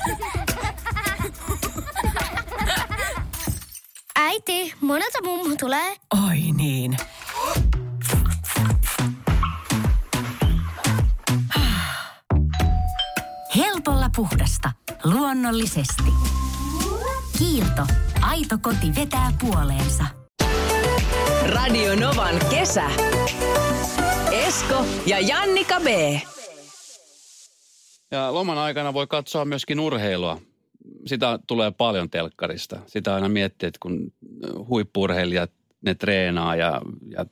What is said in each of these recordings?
Äiti, monelta mummu tulee? Oi niin. Helpolla puhdasta. Luonnollisesti. Kiilto. Aito koti vetää puoleensa. Radio Novan kesä. Esko ja Jannika B. Ja loman aikana voi katsoa myöskin urheilua. Sitä tulee paljon telkkarista. Sitä aina miettii, että kun huippu-urheilijat, ne treenaa ja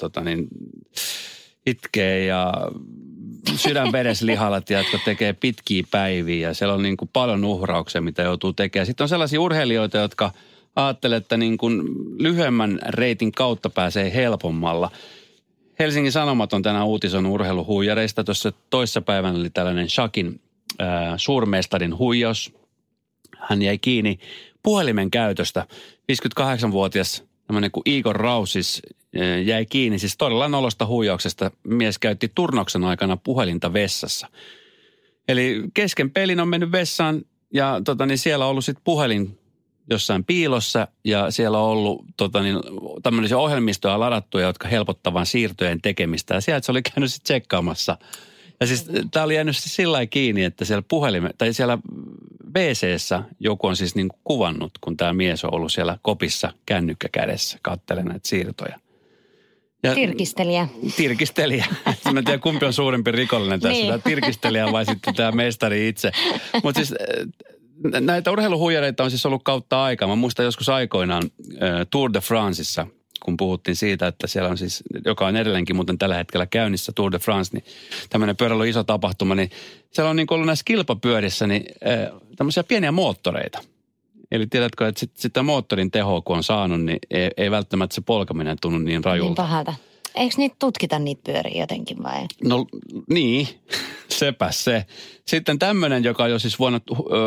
itkee ja sydänvereslihalla, jotka tekee pitkiä päiviä. Ja siellä on niin kuin paljon uhrauksia, mitä joutuu tekemään. Sitten on sellaisia urheilijoita, jotka ajattelee, että niin kuin lyhyemmän reitin kautta pääsee helpommalla. Helsingin Sanomat on tänään uutisoinut urheiluhuijareista. Tuossa toissapäivänä oli tällainen Shakin suurmestarin huijaus. Hän jäi kiinni puhelimen käytöstä. 58-vuotias tämmöinen kuin Igor Rausis jäi kiinni siis todella nolosta huijauksesta. Mies käytti turnauksen aikana puhelinta vessassa. Eli kesken pelin on mennyt vessaan ja siellä on ollut sitten puhelin jossain piilossa ja siellä on ollut tämmöisiä ohjelmistoja ladattuja, jotka helpottavan siirtojen tekemistä. Ja sieltä se oli käynyt sitten tsekkaamassa. Ja siis tämä oli jäänyt siis sillä lailla kiinni, että siellä WC:ssä joku on siis niin kuin kuvannut, kun tämä mies on ollut siellä kopissa kännykkä kädessä, katselee näitä siirtoja. Ja Tirkistelijä. Mä en tiedä, kumpi on suurempi rikollinen tässä, tämä tirkistelijä vai sitten tämä mestari itse. Mutta siis näitä urheiluhuijareita on siis ollut kautta aikaa. Mä muistan joskus aikoinaan Tour de Franceissa, kun puhuttiin siitä, että siellä on siis, joka on edelleenkin muuten tällä hetkellä käynnissä Tour de France, niin tämmöinen pyöräily iso tapahtuma, niin siellä on niin kuin ollut näissä kilpapyörissä niin tämmöisiä pieniä moottoreita. Eli tiedätkö, että sitä moottorin tehoa kun on saanut, niin ei välttämättä se polkaminen tunnu niin rajulta. Niin pahalta. Eikö niitä tutkita niitä pyöriä jotenkin vai? No niin, sepä se. Sitten tämmöinen, joka on jo siis vuonna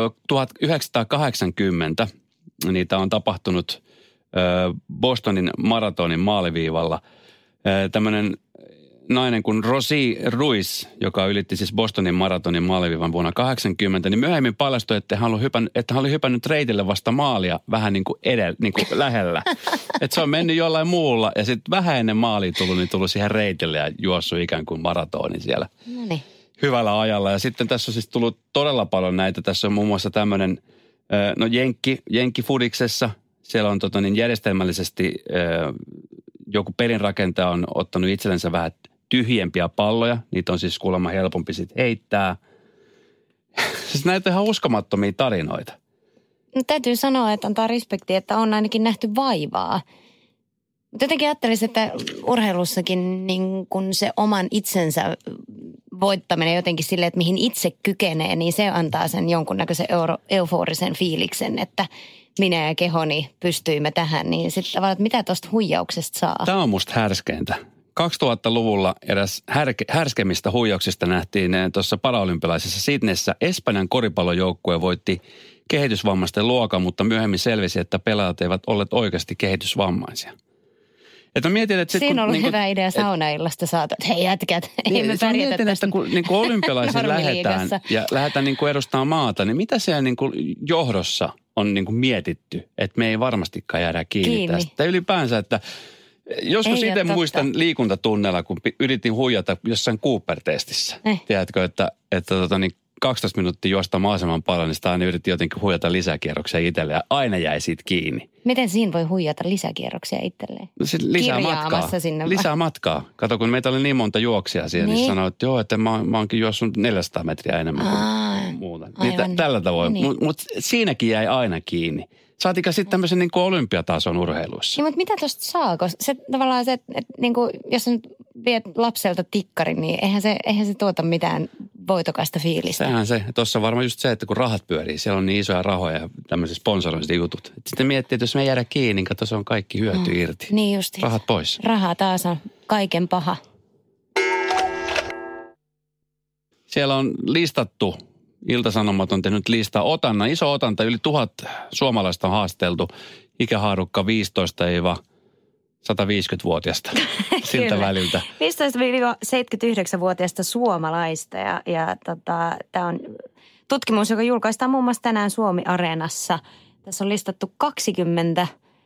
1980, niitä on tapahtunut Bostonin maratonin maaliviivalla. Tämmöinen nainen kuin Rosie Ruiz, joka ylitti siis Bostonin maratonin maaliviivan vuonna 80, niin myöhemmin paljastui, että hän oli hypännyt reitille vasta maalia vähän niin kuin lähellä. Että se on mennyt jollain muulla ja sitten vähän ennen maalia tullut siihen reitille ja juossut ikään kuin maratonin siellä. Noniin. Hyvällä ajalla. Ja sitten tässä on siis tullut todella paljon näitä. Tässä on muun muassa tämmöinen, Jenkki-fudiksessa. Siellä on järjestelmällisesti joku pelinrakentaja on ottanut itsellensä vähän tyhjempiä palloja. Niitä on siis kuulemma helpompi sitten heittää. Siis näitä on ihan uskomattomia tarinoita. No, täytyy sanoa, että antaa respektiä, että on ainakin nähty vaivaa. Mutta jotenkin ajattelisin, että urheilussakin niin kun se oman itsensä voittaminen jotenkin silleen, että mihin itse kykenee, niin se antaa sen jonkunnäköisen euforisen fiiliksen, että minä ja kehoni pystyimme tähän. Niin sitten tavallaan, että mitä tuosta huijauksesta saa? Tämä on musta härskeintä. 2000-luvulla eräs härskemmistä huijauksista nähtiin tuossa paraolympialaisessa Sydneyssä. Espanjan koripallojoukkue voitti kehitysvammaisten luokan, mutta myöhemmin selvisi, että pelaajat eivät olleet oikeasti kehitysvammaisia. Että mietin, että siinä on ollut hyvä idea saunaillasta saatu, että hei jätkät, ei me pärjätä tästä. Että kun olympialaisiin lähdetään niin kuin edustamaan maata, niin mitä siellä niin kuin johdossa on niin kuin mietitty, että me ei varmastikaan jäädä kiinni tästä. Tai ylipäänsä, että joskus itse muistan liikuntatunnella, kun yritin huijata jossain Cooper-testissä. Tiedätkö, että 12 minuuttia juosta maaseman paljon, niin sitä aina yritti jotenkin huijata lisäkierroksia itselleen ja aina jäi siitä kiinni. Miten siinä voi huijata lisäkierroksia itselleen? No lisää matkaa. Kato, kun meitä oli niin monta juoksia siellä, niin sanoi, että joo, että mä oonkin juossut 400 metriä enemmän kuin muuta. Niin tällä tavoin. Niin. Mutta siinäkin jäi aina kiinni. Saatika sitten tämmöisen niin kuin olympiatason urheiluissa. Niin, mutta mitä tuosta saa? Se tavallaan se, että niin kuin, jos nyt viet lapselta tikkarin, niin eihän se tuota mitään voitokasta fiilistä. Sehän se. Tuossa on varmaan just se, että kun rahat pyörii, siellä on niin isoja rahoja ja tämmöiset sponsoroiset jutut. Et sitten miettii, että jos me jäädä kiinni, niin kato, se on kaikki hyöty irti. Niin justi. Rahat pois. Raha taas on kaiken paha. Siellä on listattu. Ilta-Sanomat on tehnyt listaa iso otanta, yli 1000 suomalaista on haasteltu, ikähaarukka 15-150-vuotiaasta siltä väliltä. 15-79-vuotiaasta suomalaista ja tämä on tutkimus, joka julkaistaan muun muassa tänään Suomi-areenassa. Tässä on listattu 20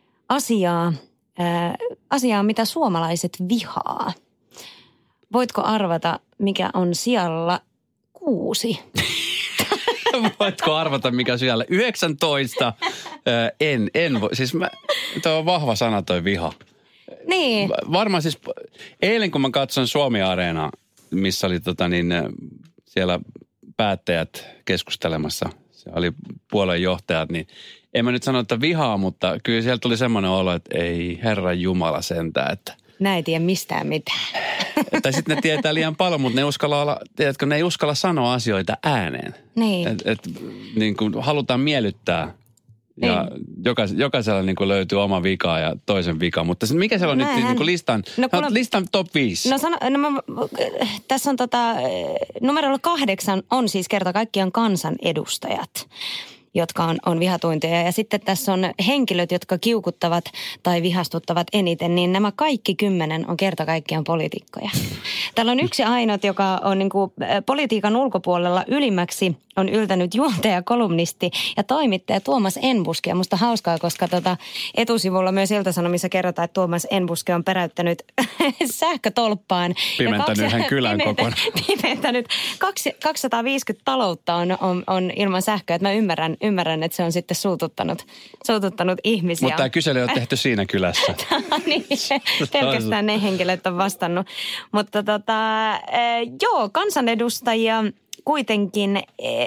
asiaa, mitä suomalaiset vihaa. Voitko arvata, mikä on sijalla 6? Voitko arvata, mikä siellä 19? En voi. Siis tuo on vahva sana toi viha. Niin. Varmaan siis eilen, kun mä katson Suomi-areenaa, missä oli siellä päättäjät keskustelemassa, se oli puolueenjohtajat, niin en mä nyt sano, että vihaa, mutta kyllä siellä tuli semmoinen olo, että ei Herran Jumala sentään, että Nää ei tiedä mistään mitään. tai sitten ne tietää liian paljon, mutta ne ei uskalla sanoa asioita ääneen. Niin. Niin kuin halutaan miellyttää ja jokaisella niin kuin löytyy oma vika ja toisen vika. Mutta mikä siellä on nyt niin kuin listan top 5? Tässä on numerolla 8 on siis kerta kaikkiaan kansanedustajat, jotka on vihatuinteja. Ja sitten tässä on henkilöt, jotka kiukuttavat tai vihastuttavat eniten, niin nämä kaikki 10 on kerta kaikkiaan poliitikkoja. Täällä on yksi ainut, joka on niin kuin politiikan ulkopuolella ylimmäksi on yltänyt juontaja, kolumnisti ja toimittaja Tuomas Enbuske. Ja musta hauskaa, koska etusivulla myös Ilta-Sanomissa kerrotaan, että Tuomas Enbuske on peräyttänyt sähkötolppaan. Pimentänyt yhden kylän kokonaan. Pimentänyt 250 taloutta on ilman sähköä. Että mä ymmärrän, että se on sitten suututtanut ihmisiä. Mutta tämä kysely on tehty siinä kylässä. Niin, pelkästään ne henkilöt on vastannut. Mutta kansanedustajia kuitenkin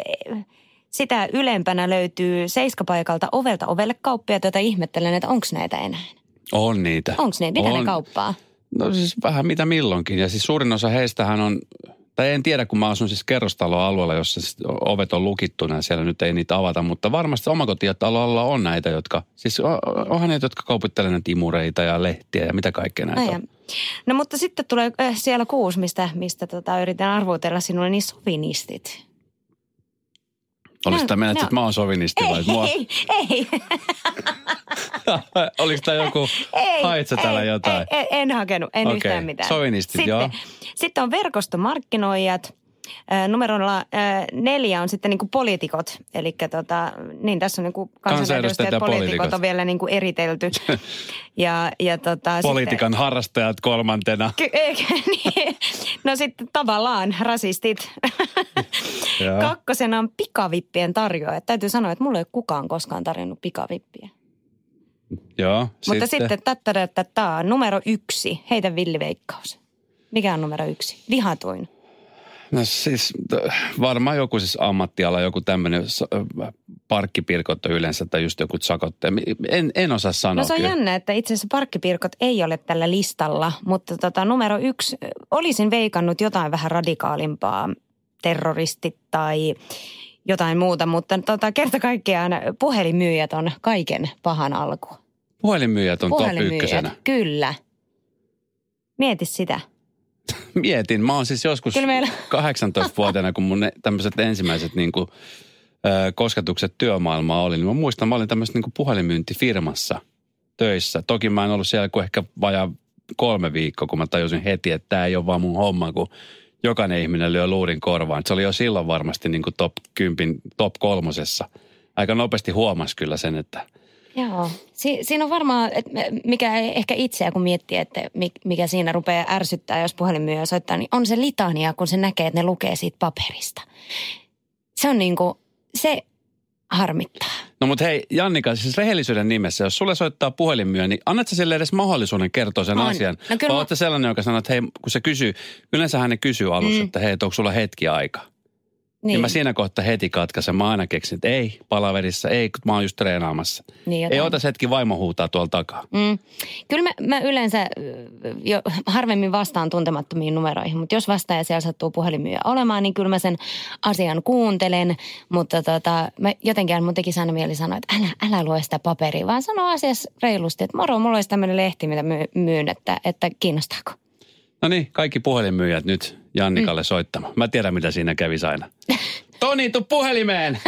sitä ylempänä löytyy Seiskapaikalta ovelta ovelle kauppia, jota ihmettelen, että onko näitä enää? On niitä. Onko ne? Mitä ne kauppaa? No siis vähän mitä milloinkin. Ja siis suurin osa heistähän on, tai en tiedä, kun mä asun siis kerrostaloalueella, jossa siis ovet on lukittuna ja siellä nyt ei niitä avata, mutta varmasti omakotitalolla on näitä, jotka, siis onhan niitä, jotka kaupittelevat näitä imureita ja lehtiä ja mitä kaikkea näitä on. No mutta sitten tulee siellä 6, mistä yritän arvuutella sinulle, niin sovinistit. Oliko tämä menet, että mä oon sovinisti vai? Ei. Oliko tämä joku, haitsa täällä jotain? En hakenut, en yhtään mitään. Sovinistit, joo. Sitten on verkostomarkkinoijat. Numerolla 4 on sitten niinku poliitikot. Eli niin tässä on niinku kansanedustajat ja poliitikot on vielä niinku eritelty. Politiikan harrastajat 3. Niin. No sitten tavallaan rasistit. 2 on pikavippien tarjoajat. Täytyy sanoa, että mulle ei ole kukaan koskaan tarjonnut pikavippiä. Joo. Mutta sitten numero 1. Heitä villiveikkaus. Mikä on numero 1? Vihatuin. No siis varmaan joku siis ammattiala, joku tämmöinen parkkipirkotto yleensä tai just joku sakotte. En osaa sanoa. No se on jännä, että itse asiassa parkkipirkot ei ole tällä listalla, mutta numero 1, olisin veikannut jotain vähän radikaalimpaa, terroristit tai jotain muuta, mutta kerta kaikkiaan puhelinmyyjät on kaiken pahan alku. Puhelinmyyjät on top 1. Kyllä. Mieti sitä. Mietin. Mä oon siis joskus 18-vuotiaana, kun mun tämmöiset ensimmäiset niinku, kosketukset työmaailmaa oli, niin mä muistan, mä olin tämmöisessä niinku puhelinmyyntifirmassa töissä. Toki mä en ollut siellä kuin ehkä vajaa 3 viikkoa, kun mä tajusin heti, että tää ei ole vaan mun homma, kun jokainen ihminen lyö luurin korvaan. Se oli jo silloin varmasti niinku top 10, top 3. Aika nopeasti huomasi kyllä sen, että joo. Siinä on varmaan, mikä ehkä itseä kun miettii, että mikä siinä rupeaa ärsyttää, jos puhelinmyyjä soittaa, niin on se litania, kun se näkee, että ne lukee siitä paperista. Se on se harmittaa. No mutta hei, Jannika, siis rehellisyyden nimessä, jos sulle soittaa puhelinmyyjä, niin annatko sille edes mahdollisuuden kertoa sen asian? No, vai oletko sellainen, joka sanoo, että hei, kun se kysyy, yleensähän ne kysyy alussa, että hei, onko sulla hetki aika? Niin mä siinä kohtaa heti katkaisen. Mä aina keksin, että ei, palaverissa, ei, kun mä oon just treenaamassa. Niin ei otas hetki vaimo huutaa tuolla takaa. Kyllä mä yleensä jo harvemmin vastaan tuntemattomiin numeroihin, mutta jos vastaaja siellä sattuu puhelinmyyjä olemaan, niin kyllä mä sen asian kuuntelen. Mutta jotenkin mun teki aina mieli sanoa, että älä lue sitä paperia, vaan sano asiassa reilusti, että moro, mulla olisi tämmöinen lehti, mitä myyn, että kiinnostaako. No niin, kaikki puhelinmyyjät nyt Jannikalle soittamaan. Mä tiedän, mitä siinä kävisi aina. Toni, tuu puhelimeen!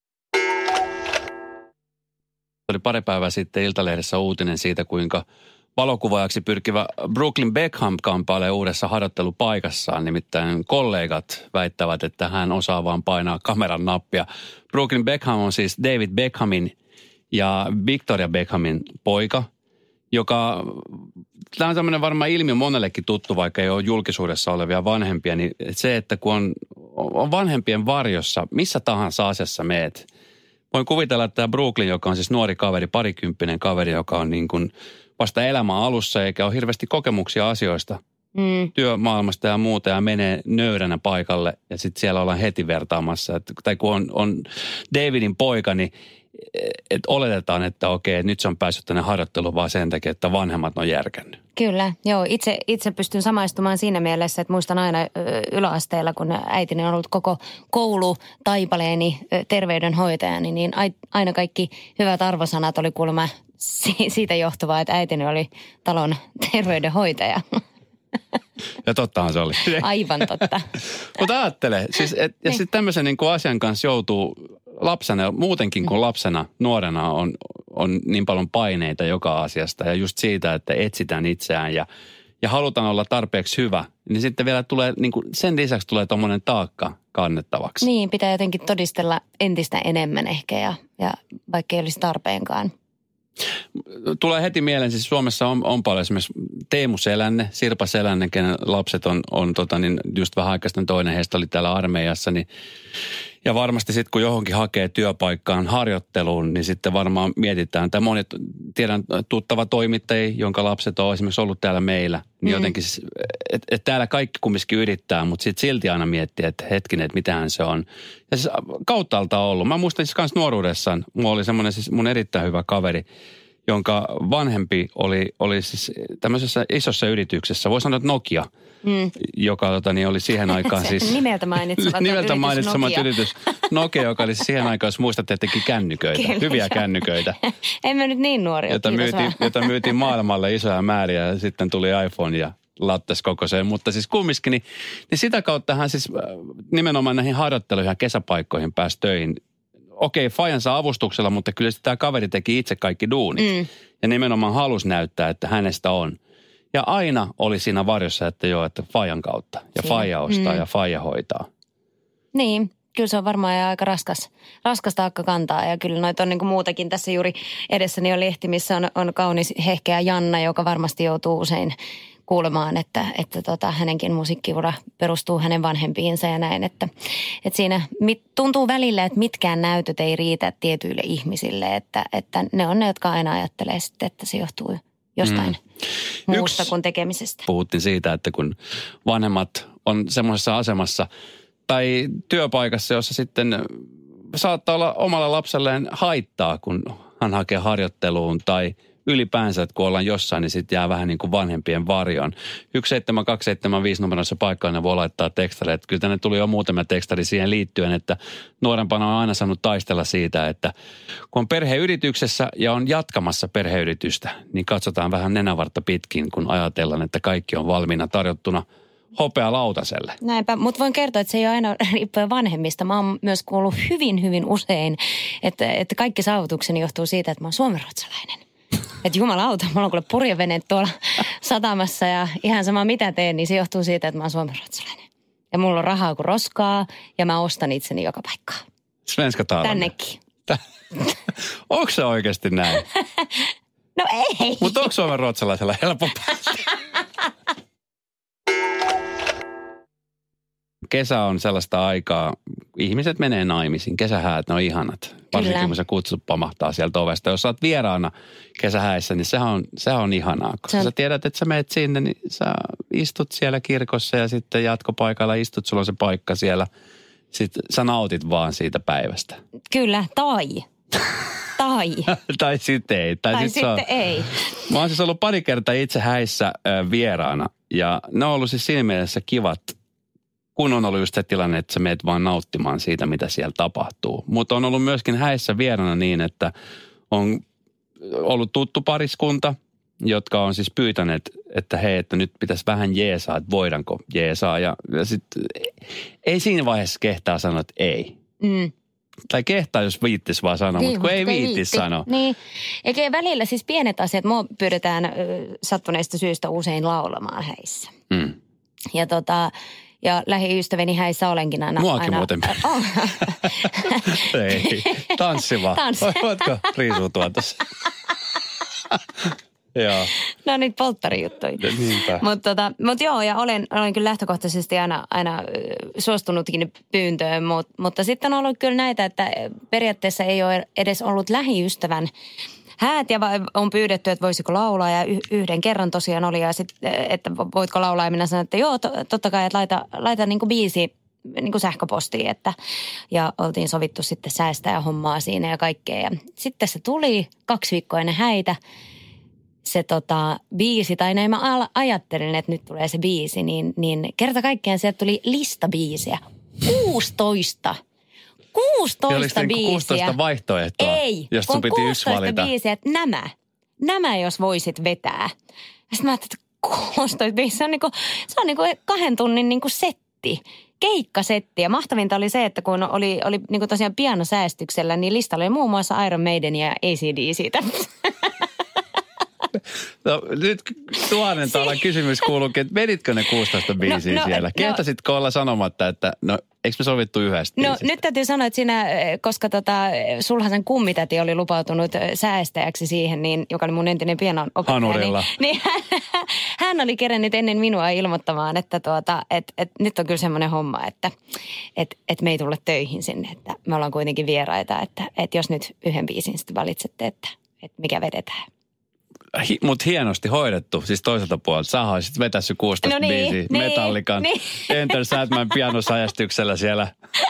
Oli pari päivää sitten Iltalehdessä uutinen siitä, kuinka valokuvaajaksi pyrkivä Brooklyn Beckham kampailee uudessa harjoittelupaikassaan. Nimittäin kollegat väittävät, että hän osaa vaan painaa kameran nappia. Brooklyn Beckham on siis David Beckhamin ja Victoria Beckhamin poika, joka, tämä on tämmöinen varmaan ilmiö monellekin tuttu, vaikka ei ole julkisuudessa olevia vanhempia, niin se, että kun on vanhempien varjossa, missä tahansa asiassa meet. Voin kuvitella, että tämä Brooklyn, joka on siis nuori kaveri, parikymppinen kaveri, joka on niin kuin vasta elämän alussa eikä ole hirveästi kokemuksia asioista työmaailmasta ja muuta ja menee nöyränä paikalle ja sitten siellä ollaan heti vertaamassa. Tai kun on Davidin poika, niin että oletetaan, että okei, että nyt se on päässyt tänne harjoitteluun vaan sen takia, että vanhemmat on järkännyt. Kyllä, joo. Itse pystyn samaistumaan siinä mielessä, että muistan aina yläasteella, kun äitini on ollut koko koulutaipaleeni terveydenhoitajani, niin aina kaikki hyvät arvosanat oli kuulemma siitä johtuvaa, että äitini oli talon terveydenhoitaja. Ja tottahan se oli. Aivan totta. Mutta ajattele, siis ja sitten tämmöisen niin kuin asian kanssa joutuu lapsena, muutenkin kuin lapsena, nuorena on niin paljon paineita joka asiasta ja just siitä, että etsitään itseään ja halutaan olla tarpeeksi hyvä, niin sitten vielä tulee, niin kuin sen lisäksi tulee tommoinen taakka kannettavaksi. Niin, pitää jotenkin todistella entistä enemmän ehkä ja vaikka ei olisi tarpeenkaan. Tulee heti mieleen, siis Suomessa on paljon esimerkiksi Teemu Selänne, Sirpa Selänne, kenen lapset on just vähän aikaa sitten toinen heistä oli täällä armeijassa, niin ja varmasti sitten kun johonkin hakee työpaikkaan harjoitteluun, niin sitten varmaan mietitään, tai monet tiedän tuttava toimittajia, jonka lapset on esimerkiksi ollut täällä meillä, niin jotenkin, että täällä kaikki kumminkin yrittää, mutta sitten silti aina miettii, että hetkinen, että mitähän se on. Ja siis kauttaalta on ollut. Mä muistan siis myös nuoruudessaan, mulla oli semmoinen siis mun erittäin hyvä kaveri, jonka vanhempi oli siis tämmöisessä isossa yrityksessä, voi sanoa, että Nokia, joka oli siihen aikaan siis nimeltä mainitsemat yritys Nokia, joka oli siihen aikaan, jos muistatte, että teki kännyköitä, kyllä, hyviä kännyköitä. En mä nyt niin nuori ole, jota myytiin maailmalle isoja määriä ja sitten tuli iPhone ja lattes kokoiseen, mutta siis kumminkin, niin sitä kauttahan siis nimenomaan näihin harjoitteluihin ja kesäpaikkoihin pääsi töihin. Okei, fajansa avustuksella, mutta kyllä tämä kaveri teki itse kaikki duunit. Ja nimenomaan halusi näyttää, että hänestä on. Ja aina oli siinä varjossa, että joo, että fajan kautta. Ja faja ostaa ja faja hoitaa. Niin, kyllä se on varmaan aika raskas taakka kantaa. Ja kyllä noita on niin kuin muutakin. Tässä juuri edessäni on lehti, missä on kaunis hehkeä Janna, joka varmasti joutuu usein kuulemaan, että hänenkin musiikkiura perustuu hänen vanhempiinsa ja näin. Että siinä tuntuu välillä, että mitkään näytöt ei riitä tietyille ihmisille, että ne on ne, jotka aina ajattelee sitten, että se johtuu jostain muusta kuin tekemisestä. Puhuttiin siitä, että kun vanhemmat on semmoisessa asemassa tai työpaikassa, jossa sitten saattaa olla omalla lapselleen haittaa, kun hän hakee harjoitteluun tai ylipäänsä, että kun ollaan jossain, niin sitten jää vähän niin kuin vanhempien varjoon. 17275 numeroissa paikkaan ne voi laittaa tekstareille. Että kyllä tänne tuli jo muutama tekstari siihen liittyen, että nuorempana on aina saanut taistella siitä, että kun on perheyrityksessä ja on jatkamassa perheyritystä, niin katsotaan vähän nenävartta pitkin, kun ajatellaan, että kaikki on valmiina tarjottuna hopealautaselle. Näinpä, mutta voin kertoa, että se ei ole aina riippuen vanhemmista. Mä oon myös kuullut hyvin, hyvin usein, että kaikki saavutukseni johtuu siitä, että mä oon suomenruotsalainen. Että jumalauta, mulla on kuule purjeveneet tuolla satamassa ja ihan sama mitä teen, niin se johtuu siitä, että mä oon suomenruotsalainen. Ja mulla on rahaa kuin roskaa ja mä ostan itseni joka paikkaan. Svenska taalainen. Tännekin. Onko se oikeasti näin? No ei. Mutta onko suomenruotsalaisella helpompaa? Kesä on sellaista aikaa, ihmiset menee naimisiin. Kesähäät, ne on ihanat. Varsinkin kun se kutsut pamahtaa sieltä ovesta. Jos sä oot vieraana kesähäissä, niin sehän on ihanaa. Koska sä tiedät, että sä menet sinne, niin sä istut siellä kirkossa ja sitten jatkopaikalla istut, sulla on se paikka siellä. Sitten sä nautit vaan siitä päivästä. Kyllä, tai sitten ei. Tai sitten ei. Mä oon siis ollut pari kertaa itse häissä vieraana ja ne on ollut siis siinä mielessä kivat, kun on ollut just se tilanne, että sä meet vaan nauttimaan siitä, mitä siellä tapahtuu. Mutta on ollut myöskin häissä vieraana niin, että on ollut tuttu pariskunta, jotka on siis pyytäneet, että hei, että nyt pitäisi vähän jeesaa, että voidaanko jeesaa. Ja sitten ei siinä vaiheessa kehtaa sanoa, että ei. Tai kehtaa, jos viittis vaan sanoa, mutta kun ei viittis sanoa. Niin, eikä välillä siis pienet asiat, mua pyydetään sattuneista syystä usein laulamaan häissä. Ja lähiystäväni häissä olenkin aina. Muakin muuten. Ei, tanssi vaan. Voitko riisuutua tuossa? Joo. No niitä polttarijuttuja. Mutta joo, ja olen kyllä lähtökohtaisesti aina suostunutkin pyyntöön, mutta sitten on ollut kyllä näitä, että periaatteessa ei ole edes ollut lähiystävän häät ja on pyydetty, että voisiko laulaa ja yhden kerran tosiaan oli ja sitten, että voitko laulaa ja minä sanoin, että joo, totta kai, että laita niin kuin biisi niin kuin sähköpostiin, ja oltiin sovittu sitten säästää ja hommaa siinä ja kaikkea. Ja sitten se tuli 2 viikkoa ennen häitä se biisi, tai näin mä ajattelin, että nyt tulee se biisi, niin kerta kaikkiaan sieltä tuli lista biisiä. 16 biisiä. 16 vaihtoehtoa? Ei, jos sun piti 1 valita. Biisiä, että nämä jos voisit vetää. Sitten mä ajattelin, että 16 biisiä, se on 2 tunnin setti. Keikkasetti. Ja mahtavinta oli se, että kun oli niin tosiaan pianosäästyksellä, niin listalla oli muun muassa Iron Maiden ja AC/DC:tä. No nyt 1000 taalan kysymys kuuluukin, että veditkö ne 16 biisiä siellä? Kehtasitko olla sanomatta, että eikö me sovittu yhdestä biisistä? Nyt täytyy sanoa, että siinä, koska Sulhasen kummitäti oli lupautunut säästäjäksi siihen, niin, joka oli mun entinen pianonopettaja. Hanurilla. Niin hän oli kerennyt ennen minua ilmoittamaan, että nyt on kyllä semmoinen homma, että me ei tulla töihin sinne, että me ollaan kuitenkin vieraita, että jos nyt yhden biisin sitten valitsette, että mikä vedetään. Mutta hienosti hoidettu, siis toiselta puolelta. Sä olisit vetässyt 16 biisiä Metallican Enter Sandman pianosäästyksellä siellä.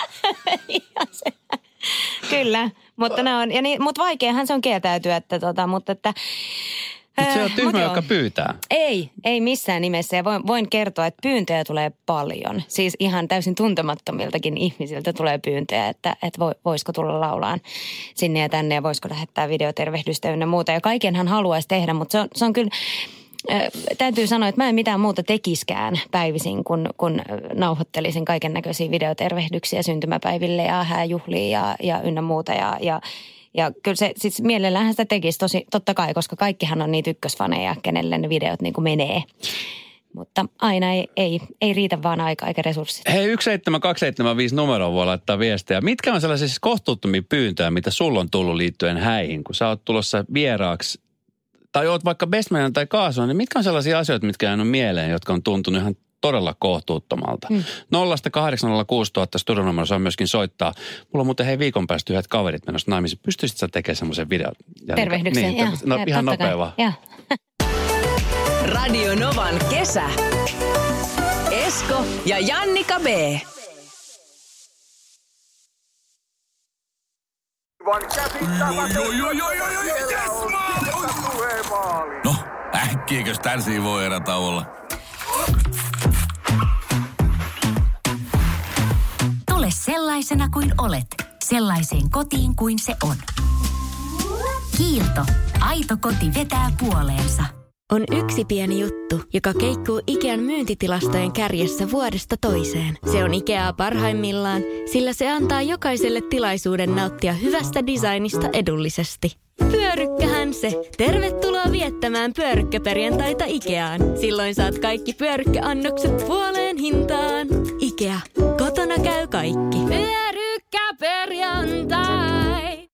Kyllä, mutta mutta vaikeahan se on kieltäytyä, mutta että... Mutta se on tyhmä, joka pyytää. Ei missään nimessä. Ja voin kertoa, että pyyntöjä tulee paljon. Siis ihan täysin tuntemattomiltakin ihmisiltä tulee pyyntöjä, että voisiko tulla laulaan sinne ja tänne ja voisiko lähettää videotervehdystä ynnä muuta. Ja kaikenhan haluaisi tehdä, mutta se on kyllä... Täytyy sanoa, että mä en mitään muuta tekiskään päivisin, kun nauhoittelisin kaiken näköisiä videotervehdyksiä syntymäpäiville ja hääjuhliin ja ynnä muuta ja kyllä se siis mielellähän sitä tekisi totta kai, koska kaikkihan on niitä ykkösfaneja, kenelle ne videot niin kuin menee. Mutta aina ei riitä vaan aikaa eikä resurssit. Hei, 17275 numeroon voi laittaa viestejä. Mitkä on sellaisia siis kohtuuttomia pyyntöjä, mitä sulla on tullut liittyen häihin, kun sä oot tulossa vieraaksi tai oot vaikka bestmanen tai kaasuna, niin mitkä on sellaisia asioita, mitkä on mieleen, jotka on tuntunut ihan todella kohtuuttomalta. 0806000 studionumerossa on myöskin soittaa. Mulla on muuten viikon päästä yhdet kaverit menossa naimisiin. Pystyisit sä tekemään semmoisen videon? Tervehdyksen, niin, ihan nopea vaan. Radio Novan kesä. Esko ja Jannika B. No, äkkiäkös tän siivoo erätauolla? Tule sellaisena kuin olet, sellaiseen kotiin kuin se on. Kiilto. Aito koti vetää puoleensa. On yksi pieni juttu, joka keikkuu Ikean myyntitilastojen kärjessä vuodesta toiseen. Se on Ikeaa parhaimmillaan, sillä se antaa jokaiselle tilaisuuden nauttia hyvästä designista edullisesti. Pyörykkähän se. Tervetuloa viettämään pyörykkäperjantaita Ikeaan. Silloin saat kaikki pyörykkäannokset puoleen hintaan. Ikea. Kotona käy kaikki. Pyörykkäperjantai.